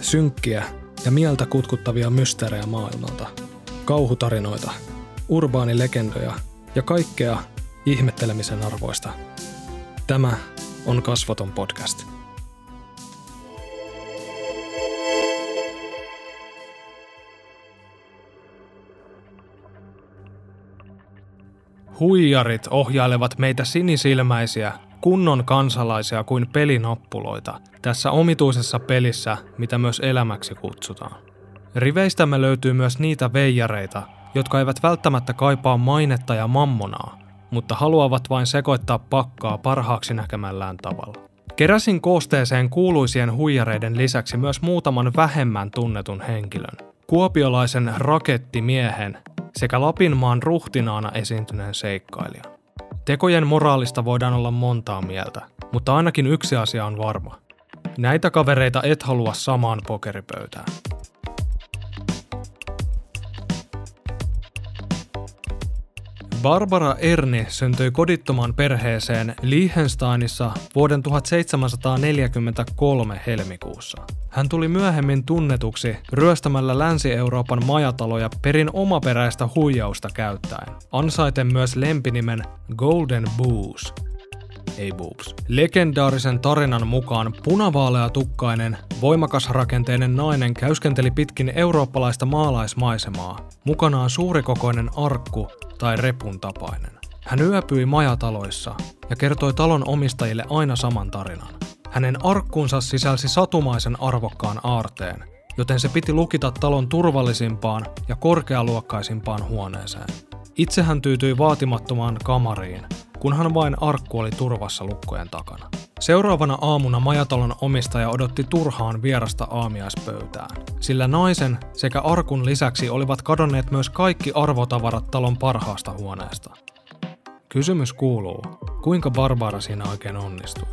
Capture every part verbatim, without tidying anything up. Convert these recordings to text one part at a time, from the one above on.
Synkkiä ja mieltä kutkuttavia mysteerejä maailmalta, kauhutarinoita, urbaanilegendoja ja kaikkea ihmettelemisen arvoista. Tämä on Kasvoton podcast. Huijarit ohjailevat meitä sinisilmäisiä, kunnon kansalaisia kuin pelinappuloita tässä omituisessa pelissä, mitä myös elämäksi kutsutaan. Riveistämme löytyy myös niitä veijareita, jotka eivät välttämättä kaipaa mainetta ja mammonaa, mutta haluavat vain sekoittaa pakkaa parhaaksi näkemällään tavalla. Keräsin koosteeseen kuuluisien huijareiden lisäksi myös muutaman vähemmän tunnetun henkilön. Kuopiolaisen rakettimiehen sekä Lapinmaan ruhtinaana esiintyneen seikkailijan. Tekojen moraalista voidaan olla montaa mieltä, mutta ainakin yksi asia on varma. Näitä kavereita et halua samaan pokeripöytään. Barbara Erni syntyi kodittomaan perheeseen Liechtensteinissa vuoden tuhatseitsemänsataaneljäkymmentäkolme helmikuussa. Hän tuli myöhemmin tunnetuksi ryöstämällä Länsi-Euroopan majataloja perin omaperäistä huijausta käyttäen, ansaiten myös lempinimen Golden Boos. Ei boobs. Legendaarisen tarinan mukaan punavaalea-tukkainen, voimakasrakenteinen nainen käyskenteli pitkin eurooppalaista maalaismaisemaa, mukanaan suurikokoinen arkku tai repun tapainen. Hän yöpyi majataloissa ja kertoi talon omistajille aina saman tarinan. Hänen arkkunsa sisälsi satumaisen arvokkaan aarteen, joten se piti lukita talon turvallisimpaan ja korkealuokkaisimpaan huoneeseen. Itse hän tyytyi vaatimattomaan kamariin, kunhan vain arkku oli turvassa lukkojen takana. Seuraavana aamuna majatalon omistaja odotti turhaan vierasta aamiaispöytään, sillä naisen sekä arkun lisäksi olivat kadonneet myös kaikki arvotavarat talon parhaasta huoneesta. Kysymys kuuluu, kuinka Barbara siinä oikein onnistui?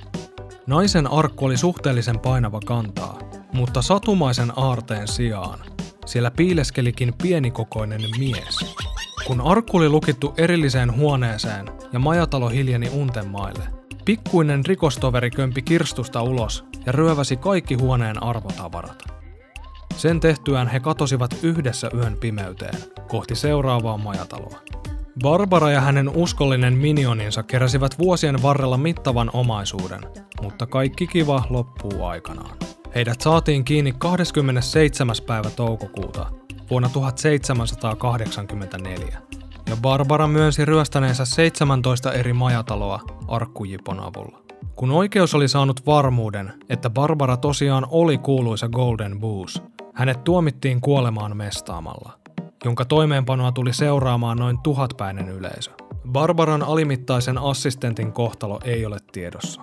Naisen arkku oli suhteellisen painava kantaa, mutta satumaisen aarteen sijaan siellä piileskelikin pienikokoinen mies. Kun arkku oli lukittu erilliseen huoneeseen ja majatalo hiljeni untenmaille, pikkuinen rikostoveri kömpi kirstusta ulos ja ryöväsi kaikki huoneen arvotavarat. Sen tehtyään he katosivat yhdessä yön pimeyteen kohti seuraavaa majataloa. Barbara ja hänen uskollinen minioninsa keräsivät vuosien varrella mittavan omaisuuden, mutta kaikki kiva loppuu aikanaan. Heidät saatiin kiinni kahdeskymmenesseitsemäs päivä toukokuuta vuonna tuhatseitsemänsataakahdeksankymmentäneljä, ja Barbara myönsi ryöstäneensä seitsemäntoista eri majataloa arkkujipon avulla. Kun oikeus oli saanut varmuuden, että Barbara tosiaan oli kuuluisa Golden Boos, hänet tuomittiin kuolemaan mestaamalla, jonka toimeenpanoa tuli seuraamaan noin tuhatpäinen yleisö. Barbaran alimittaisen assistentin kohtalo ei ole tiedossa.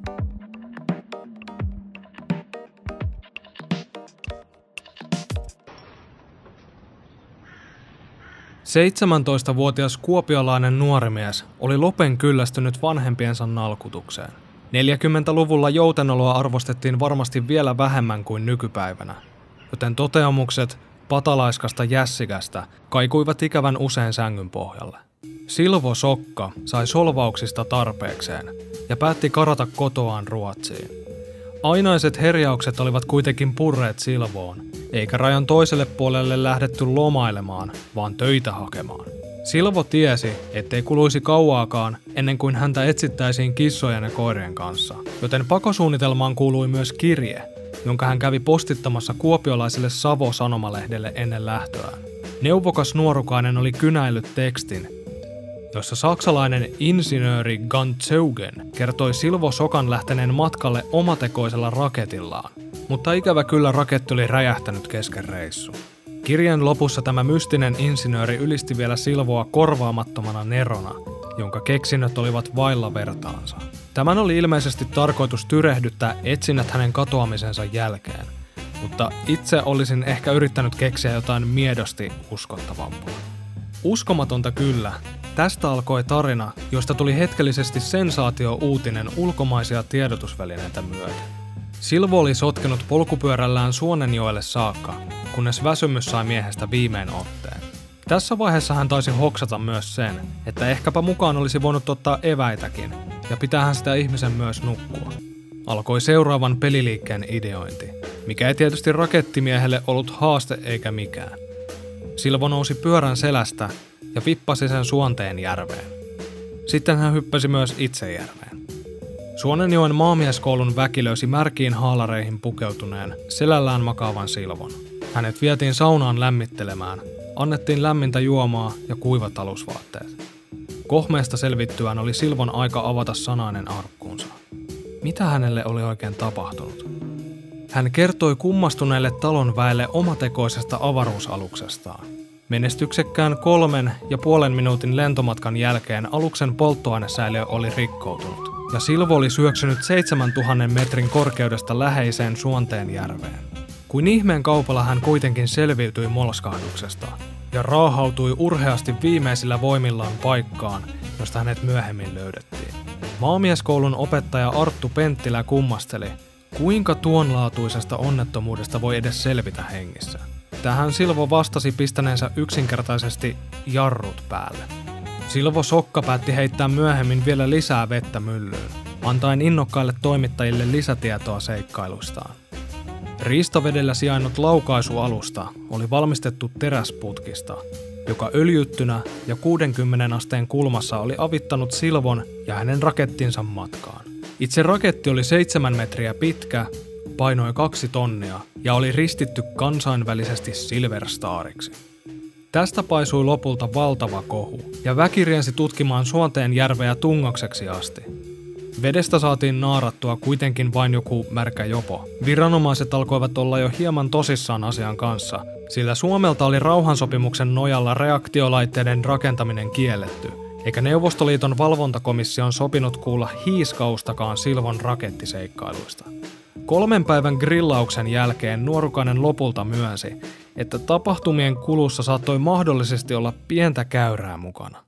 seitsemäntoistavuotias kuopiolainen nuori mies oli lopen kyllästynyt vanhempiensa nalkutukseen. neljäkymmentäluvulla joutenoloa arvostettiin varmasti vielä vähemmän kuin nykypäivänä, joten toteamukset patalaiskasta jässikästä kaikuivat ikävän usein sängyn pohjalle. Silvo Sokka sai solvauksista tarpeekseen ja päätti karata kotoaan Ruotsiin. Ainaiset herjaukset olivat kuitenkin purreet Silvoon, eikä rajan toiselle puolelle lähdetty lomailemaan, vaan töitä hakemaan. Silvo tiesi, ettei kuluisi kauaakaan ennen kuin häntä etsittäisiin kissojen ja koirien kanssa, joten pakosuunnitelmaan kuului myös kirje, jonka hän kävi postittamassa kuopiolaiselle Savo-sanomalehdelle ennen lähtöään. Neuvokas nuorukainen oli kynäillyt tekstin, jossa saksalainen insinööri Gantzeugen kertoi Silvo Sokan lähteneen matkalle omatekoisella raketillaan, mutta ikävä kyllä raketti oli räjähtänyt kesken reissun. Kirjan lopussa tämä mystinen insinööri ylisti vielä Silvoa korvaamattomana nerona, jonka keksinnöt olivat vailla vertaansa. Tämän oli ilmeisesti tarkoitus tyrehdyttää etsinnät hänen katoamisensa jälkeen, mutta itse olisin ehkä yrittänyt keksiä jotain miedosti uskottavampaa. Uskomatonta kyllä, tästä alkoi tarina, josta tuli hetkellisesti sensaatio-uutinen ulkomaisia tiedotusvälineitä myöten. Silvo oli sotkenut polkupyörällään Suonenjoelle saakka, kunnes väsymys sai miehestä viimein otteen. Tässä vaiheessa hän taisi hoksata myös sen, että ehkäpä mukaan olisi voinut ottaa eväitäkin, ja pitäähän sitä ihmisen myös nukkua. Alkoi seuraavan peliliikkeen ideointi. mikä ei tietysti rakettimiehelle ollut haaste eikä mikään. Silvo nousi pyörän selästä ja vippasi sen Suonteen järveen. Sitten hän hyppäsi myös itse järveen. Suonenjoen maamieskoulun väki löysi märkiin haalareihin pukeutuneen, selällään makaavan Silvon. Hänet vietiin saunaan lämmittelemään, annettiin lämmintä juomaa ja kuivat alusvaatteet. Kohmeesta selvittyään oli Silvon aika avata sanainen arkkuunsa. Mitä hänelle oli oikein tapahtunut? Hän kertoi kummastuneelle talon väelle omatekoisesta avaruusaluksestaan. Menestyksekkään kolmen ja puolen minuutin lentomatkan jälkeen aluksen polttoainesäiliö oli rikkoutunut, ja Silvo oli syöksynyt seitsemäntuhannen metrin korkeudesta läheiseen Suonteenjärveen. Kuin ihmeen kaupalla hän kuitenkin selviytyi molskahduksesta ja raahautui urheasti viimeisillä voimillaan paikkaan, josta hänet myöhemmin löydettiin. Maamieskoulun opettaja Arttu Penttilä kummasteli, kuinka tuonlaatuisesta onnettomuudesta voi edes selvitä hengissä. Tähän Silvo vastasi pistäneensä yksinkertaisesti jarrut päälle. Silvo Sokka päätti heittää myöhemmin vielä lisää vettä myllyyn, antaen innokkaille toimittajille lisätietoa seikkailustaan. Riistavedellä sijainnut laukaisualusta oli valmistettu teräsputkista, joka öljyttynä ja kuudenkymmenen asteen kulmassa oli avittanut Silvon ja hänen rakettinsa matkaan. Itse raketti oli seitsemän metriä pitkä, painoi kaksi tonnia ja oli ristitty kansainvälisesti Silver Stariksi. Tästä paisui lopulta valtava kohu, ja väki riensi tutkimaan Suonteenjärveä tungokseksi asti. Vedestä saatiin naarattua kuitenkin vain joku märkä jopo. Viranomaiset alkoivat olla jo hieman tosissaan asian kanssa, sillä Suomelta oli rauhansopimuksen nojalla reaktiolaitteiden rakentaminen kielletty, eikä Neuvostoliiton valvontakomission sopinut kuulla hiiskaustakaan Silvon rakettiseikkailuista. Kolmen päivän grillauksen jälkeen nuorukainen lopulta myönsi, että tapahtumien kulussa saattoi mahdollisesti olla pientä käyrää mukana.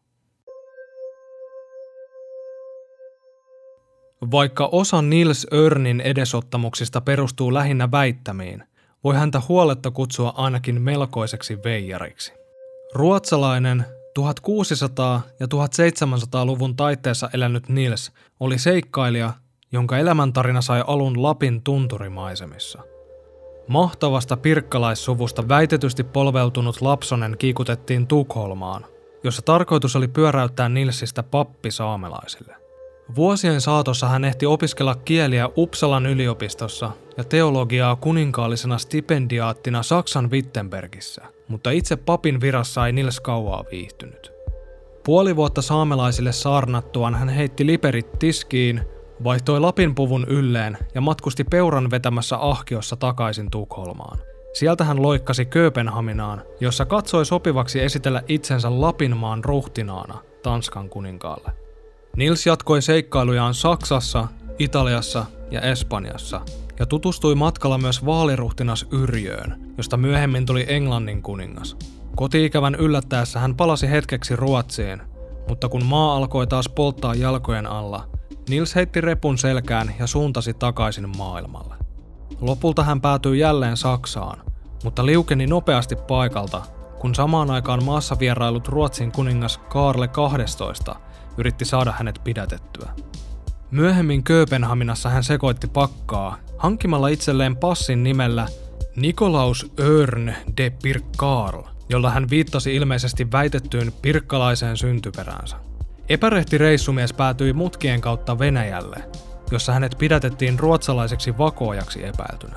Vaikka osa Nils Örnin edesottamuksista perustuu lähinnä väittämiin, voi häntä huoletta kutsua ainakin melkoiseksi veijariksi. Ruotsalainen tuhatkuusisataa- ja tuhatseitsemänsataaluvun taitteessa elänyt Nils oli seikkailija, jonka elämäntarina sai alun Lapin tunturimaisemissa. Mahtavasta pirkkalaissuvusta väitetysti polveutunut Lapsonen kiikutettiin Tukholmaan, jossa tarkoitus oli pyöräyttää Nilsistä pappi saamelaisille. Vuosien saatossa hän ehti opiskella kieliä Uppsalan yliopistossa ja teologiaa kuninkaallisena stipendiaattina Saksan Wittenbergissä, mutta itse papin virassa ei Nils kauaa viihtynyt. Puoli vuotta saamelaisille saarnattuaan hän heitti liperit tiskiin, vaihtoi lapinpuvun ylleen ja matkusti peuran vetämässä ahkiossa takaisin Tukholmaan. Sieltä hän loikkasi Kööpenhaminaan, jossa katsoi sopivaksi esitellä itsensä Lapinmaan ruhtinaana Tanskan kuninkaalle. Nils jatkoi seikkailujaan Saksassa, Italiassa ja Espanjassa ja tutustui matkalla myös vaaliruhtinas Yrjöön, josta myöhemmin tuli Englannin kuningas. Koti-ikävän yllättäessä hän palasi hetkeksi Ruotsiin, mutta kun maa alkoi taas polttaa jalkojen alla, Nils heitti repun selkään ja suuntasi takaisin maailmalle. Lopulta hän päätyi jälleen Saksaan, mutta liukeni nopeasti paikalta, kun samaan aikaan maassa vierailut Ruotsin kuningas Kaarle kahdestoista yritti saada hänet pidätettyä. Myöhemmin Kööpenhaminassa hän sekoitti pakkaa, hankkimalla itselleen passin nimellä Nikolaus Örn de Pirkkarl, jolla hän viittasi ilmeisesti väitettyyn pirkkalaiseen syntyperäänsä. Epärehti reissumies päätyi mutkien kautta Venäjälle, jossa hänet pidätettiin ruotsalaiseksi vakoojaksi epäiltynä.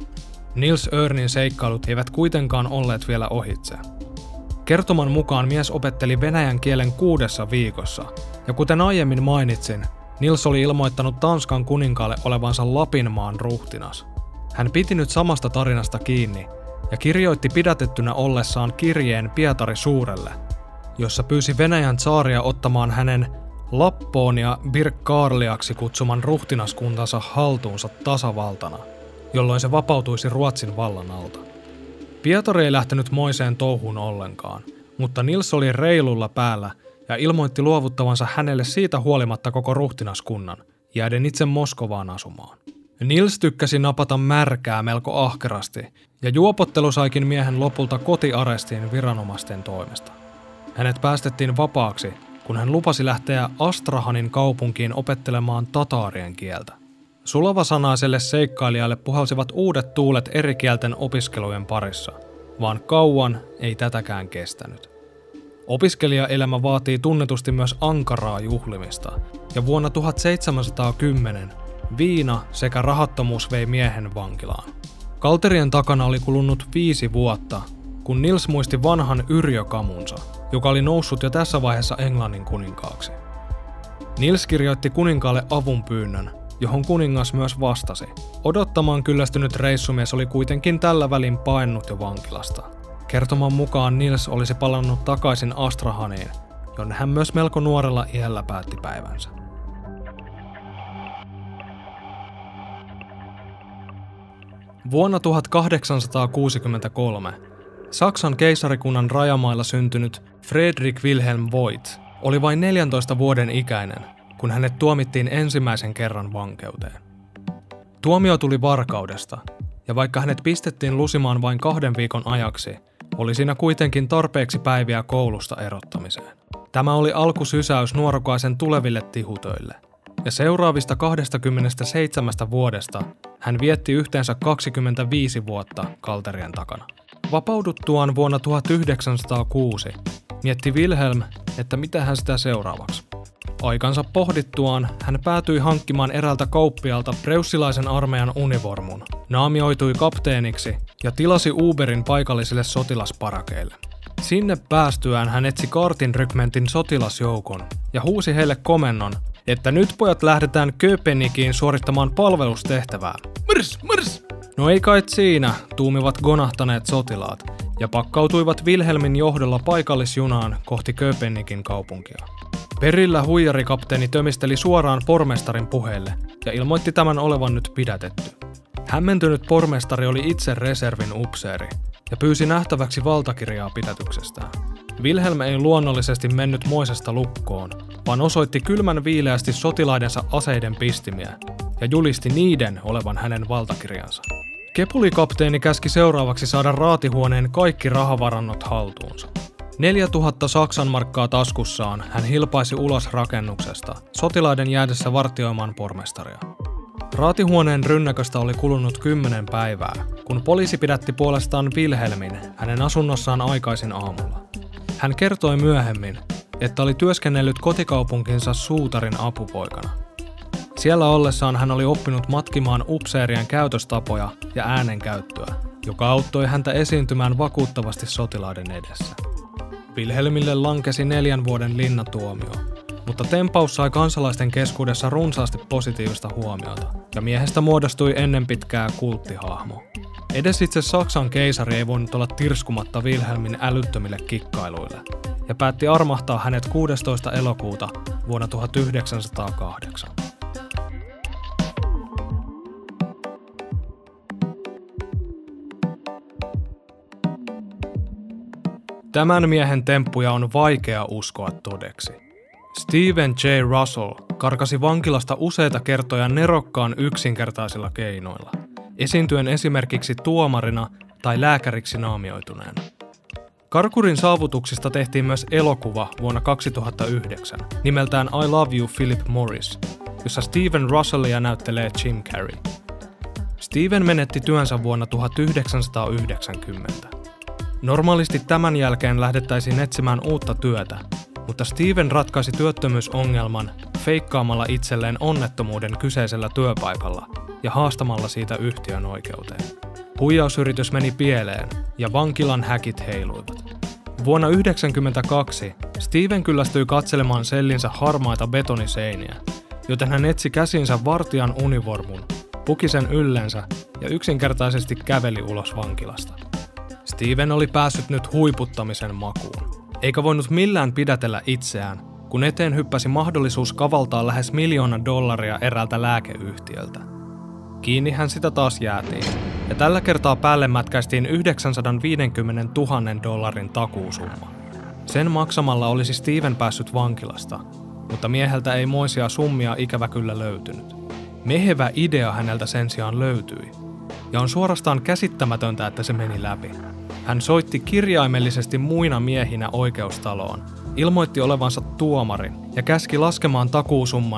Nils Örnin seikkailut eivät kuitenkaan olleet vielä ohitse. Kertoman mukaan mies opetteli venäjän kielen kuudessa viikossa, ja kuten aiemmin mainitsin, Nils oli ilmoittanut Tanskan kuninkaalle olevansa Lapinmaan ruhtinas. Hän piti nyt samasta tarinasta kiinni ja kirjoitti pidätettynä ollessaan kirjeen Pietari Suurelle, jossa pyysi Venäjän tsaaria ottamaan hänen Lappoonia Birkkarliaksi kutsuman ruhtinaskuntansa haltuunsa tasavaltana, jolloin se vapautuisi Ruotsin vallan alta. Pietari ei lähtenyt moiseen touhuun ollenkaan, mutta Nils oli reilulla päällä ja ilmoitti luovuttavansa hänelle siitä huolimatta koko ruhtinaskunnan, jääden itse Moskovaan asumaan. Nils tykkäsi napata märkää melko ahkerasti, ja juopottelu saikin miehen lopulta kotiarestiin viranomaisten toimesta. Hänet päästettiin vapaaksi, kun hän lupasi lähteä Astrahanin kaupunkiin opettelemaan tataarien kieltä. Sulavasanaiselle seikkailijalle puhalsivat uudet tuulet eri kielten opiskelujen parissa, vaan kauan ei tätäkään kestänyt. Opiskelijaelämä vaatii tunnetusti myös ankaraa juhlimista, ja vuonna tuhatseitsemänsataakymmenen viina sekä rahattomuus vei miehen vankilaan. Kalterien takana oli kulunut viisi vuotta, kun Nils muisti vanhan Yrjö-kamunsa, joka oli noussut jo tässä vaiheessa Englannin kuninkaaksi. Nils kirjoitti kuninkaalle avunpyynnön, johon kuningas myös vastasi. Odottamaan kyllästynyt reissumies oli kuitenkin tällä välin paennut jo vankilasta. Kertoman mukaan Nils olisi palannut takaisin Astrahaniin, jonne hän myös melko nuorella iällä päätti päivänsä. Vuonna tuhatkahdeksansataakuusikymmentäkolme Saksan keisarikunnan rajamailla syntynyt Friedrich Wilhelm Voigt oli vain neljäntoista vuoden ikäinen, kun hänet tuomittiin ensimmäisen kerran vankeuteen. Tuomio tuli varkaudesta, ja vaikka hänet pistettiin lusimaan vain kahden viikon ajaksi, oli siinä kuitenkin tarpeeksi päiviä koulusta erottamiseen. Tämä oli alkusysäys nuorukaisen tuleville tihutöille, ja seuraavista kaksikymmentäseitsemän vuodesta hän vietti yhteensä kaksikymmentäviisi vuotta kalterien takana. Vapauduttuaan vuonna tuhatyhdeksänsataakuusi mietti Wilhelm, että mitä hän sitä seuraavaksi. Aikansa pohdittuaan hän päätyi hankkimaan eräältä kauppialta preussilaisen armeijan univormun, naamioitui kapteeniksi ja tilasi Uberin paikallisille sotilasparakeille. Sinne päästyään hän etsi Kartin-rykmentin sotilasjoukon ja huusi heille komennon, että nyt pojat lähdetään Köpenikiin suorittamaan palvelustehtävää. Mrs, mrs! No ei kai siinä, tuumivat gonahtaneet sotilaat ja pakkautuivat Wilhelmin johdolla paikallisjunaan kohti Köpenikin kaupunkia. Perillä huijarikapteeni tömisteli suoraan pormestarin puheille ja ilmoitti tämän olevan nyt pidätetty. Hämmentynyt pormestari oli itse reservin upseeri ja pyysi nähtäväksi valtakirjaa pidätyksestään. Wilhelm ei luonnollisesti mennyt moisesta lukkoon, vaan osoitti kylmän viileästi sotilaidensa aseiden pistimiä ja julisti niiden olevan hänen valtakirjansa. Kepulikapteeni käski seuraavaksi saada raatihuoneen kaikki rahavarannot haltuunsa. Neljätuhatta Saksan markkaa taskussaan hän hilpaisi ulos rakennuksesta, sotilaiden jäädessä vartioimaan pormestaria. Raatihuoneen rynnäköstä oli kulunut kymmenen päivää, kun poliisi pidätti puolestaan Wilhelmin hänen asunnossaan aikaisin aamulla. Hän kertoi myöhemmin, että oli työskennellyt kotikaupunkinsa suutarin apupoikana. Siellä ollessaan hän oli oppinut matkimaan upseerien käytöstapoja ja äänenkäyttöä, joka auttoi häntä esiintymään vakuuttavasti sotilaiden edessä. Wilhelmille lankesi neljän vuoden linnatuomio, mutta tempaus sai kansalaisten keskuudessa runsaasti positiivista huomiota, ja miehestä muodostui ennen pitkää kulttihahmo. Edes itse Saksan keisari ei voinut olla tirskumatta Wilhelmin älyttömille kikkailuille, ja päätti armahtaa hänet kuudestoista elokuuta vuonna tuhatyhdeksänsataakahdeksan. Tämän miehen temppuja on vaikea uskoa todeksi. Stephen J. Russell karkasi vankilasta useita kertoja nerokkaan yksinkertaisilla keinoilla, esiintyen esimerkiksi tuomarina tai lääkäriksi naamioituneena. Karkurin saavutuksista tehtiin myös elokuva vuonna kaksituhattayhdeksän nimeltään I Love You Philip Morris, jossa Stephen Russellia näyttelee Jim Carrey. Steven menetti työnsä vuonna tuhatyhdeksänsataayhdeksänkymmentä. Normaalisti tämän jälkeen lähdettäisiin etsimään uutta työtä, mutta Steven ratkaisi työttömyysongelman feikkaamalla itselleen onnettomuuden kyseisellä työpaikalla ja haastamalla siitä yhtiön oikeuteen. Huijausyritys meni pieleen ja vankilan häkit heiluivat. Vuonna yhdeksänkymmentäkaksi Steven kyllästyi katselemaan sellinsä harmaita betoniseiniä, joten hän etsi käsinsä vartijan univormun, puki sen yllensä ja yksinkertaisesti käveli ulos vankilasta. Steven oli päässyt nyt huiputtamisen makuun, eikä voinut millään pidätellä itseään, kun eteen hyppäsi mahdollisuus kavaltaa lähes miljoona dollaria eräältä lääkeyhtiöltä. Kiinni hän sitä taas jäätiin, ja tällä kertaa päälle mätkäistiin yhdeksänsataaviisikymmentätuhatta dollarin takuusumma. Sen maksamalla olisi Steven päässyt vankilasta, mutta mieheltä ei moisia summia ikävä kyllä löytynyt. Mehevä idea häneltä sen sijaan löytyi, ja on suorastaan käsittämätöntä, että se meni läpi. Hän soitti kirjaimellisesti muina miehinä oikeustaloon, ilmoitti olevansa tuomari ja käski laskemaan takuusumman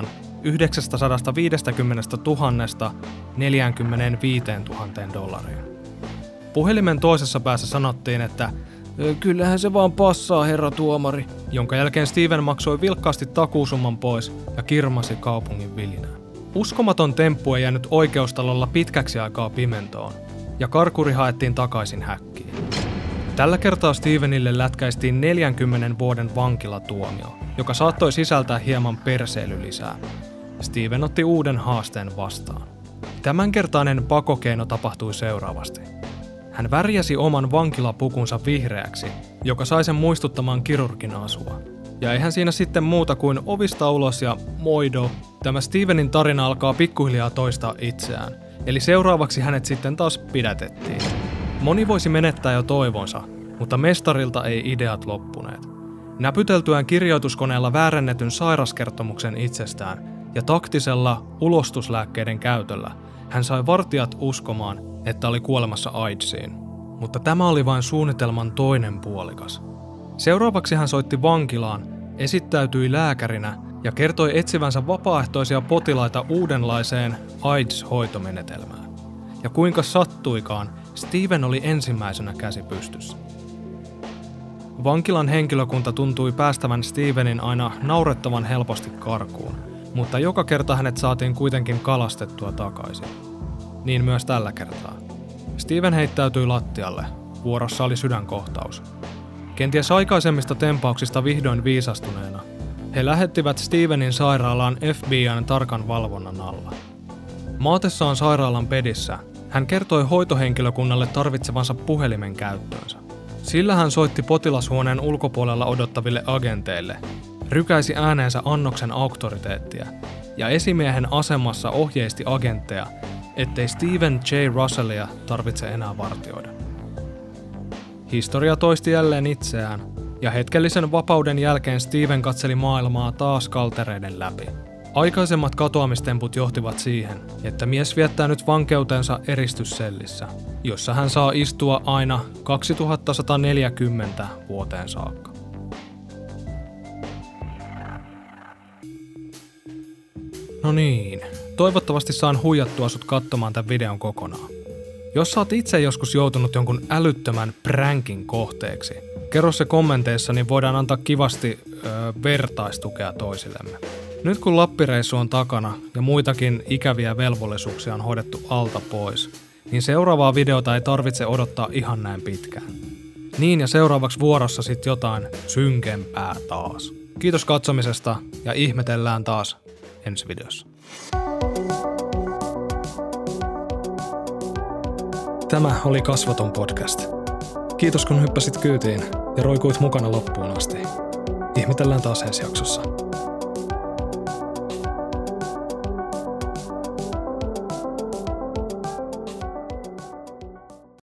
yhdeksänsataaviisikymmentätuhatta neljäkymmentäviisituhatta dollaria. Puhelimen toisessa päässä sanottiin, että kyllähän se vaan passaa, herra tuomari, jonka jälkeen Steven maksoi vilkkaasti takuusumman pois ja kirmasi kaupungin vilinään. Uskomaton temppu ei jäänyt oikeustalolla pitkäksi aikaa pimentoon, ja karkuri haettiin takaisin häkkiin. Tällä kertaa Stevenille lätkäistiin neljänkymmenen vuoden vankilatuomio, joka saattoi sisältää hieman perseilylisää. Steven otti uuden haasteen vastaan. Tämänkertainen pakokeino tapahtui seuraavasti. Hän värjäsi oman vankilapukunsa vihreäksi, joka sai sen muistuttamaan kirurgin asua. Ja eihän siinä sitten muuta kuin ovista ulos ja moido. Tämä Stevenin tarina alkaa pikkuhiljaa toistaa itseään, eli seuraavaksi hänet sitten taas pidätettiin. Moni voisi menettää jo toivonsa, mutta mestarilta ei ideat loppuneet. Näpyteltyään kirjoituskoneella väärännetyn sairaskertomuksen itsestään ja taktisella ulostuslääkkeiden käytöllä hän sai vartijat uskomaan, että oli kuolemassa AIDSiin. Mutta tämä oli vain suunnitelman toinen puolikas. Seuraavaksi hän soitti vankilaan, esittäytyi lääkärinä ja kertoi etsivänsä vapaaehtoisia potilaita uudenlaiseen AIDS-hoitomenetelmään. Ja kuinka sattuikaan, Steven oli ensimmäisenä käsi pystyssä. Vankilan henkilökunta tuntui päästävän Stevenin aina naurettavan helposti karkuun, mutta joka kerta hänet saatiin kuitenkin kalastettua takaisin. Niin myös tällä kertaa. Steven heittäytyi lattialle. Vuorossa oli sydänkohtaus. Kenties aikaisemmista tempauksista vihdoin viisastuneena, he lähettivät Stevenin sairaalaan F B I:n tarkan valvonnan alla. Maatessaan sairaalan pedissä hän kertoi hoitohenkilökunnalle tarvitsevansa puhelimen käyttöönsä. Sillä hän soitti potilashuoneen ulkopuolella odottaville agenteille, rykäisi ääneensä annoksen auktoriteettia ja esimiehen asemassa ohjeisti agentteja, ettei Steven J. Russellia tarvitse enää vartioida. Historia toisti jälleen itseään, ja hetkellisen vapauden jälkeen Steven katseli maailmaa taas kaltereiden läpi. Aikaisemmat katoamistemput johtivat siihen, että mies viettää nyt vankeutensa eristyssellissä, jossa hän saa istua aina kaksituhattasataneljäkymmentä vuoteen saakka. No niin, toivottavasti saan huijattua sut katsomaan tämän videon kokonaan. Jos sä oot itse joskus joutunut jonkun älyttömän pränkin kohteeksi, kerro se kommenteissa, niin voidaan antaa kivasti öö, vertaistukea toisillemme. Nyt kun Lappireissu on takana ja muitakin ikäviä velvollisuuksia on hoidettu alta pois, niin seuraavaa videota ei tarvitse odottaa ihan näin pitkään. Niin ja seuraavaksi vuorossa sit jotain synkempää taas. Kiitos katsomisesta ja ihmetellään taas ensi videossa. Tämä oli Kasvoton podcast. Kiitos kun hyppäsit kyytiin ja roikuit mukana loppuun asti. Ihmetellään taas ensi jaksossa.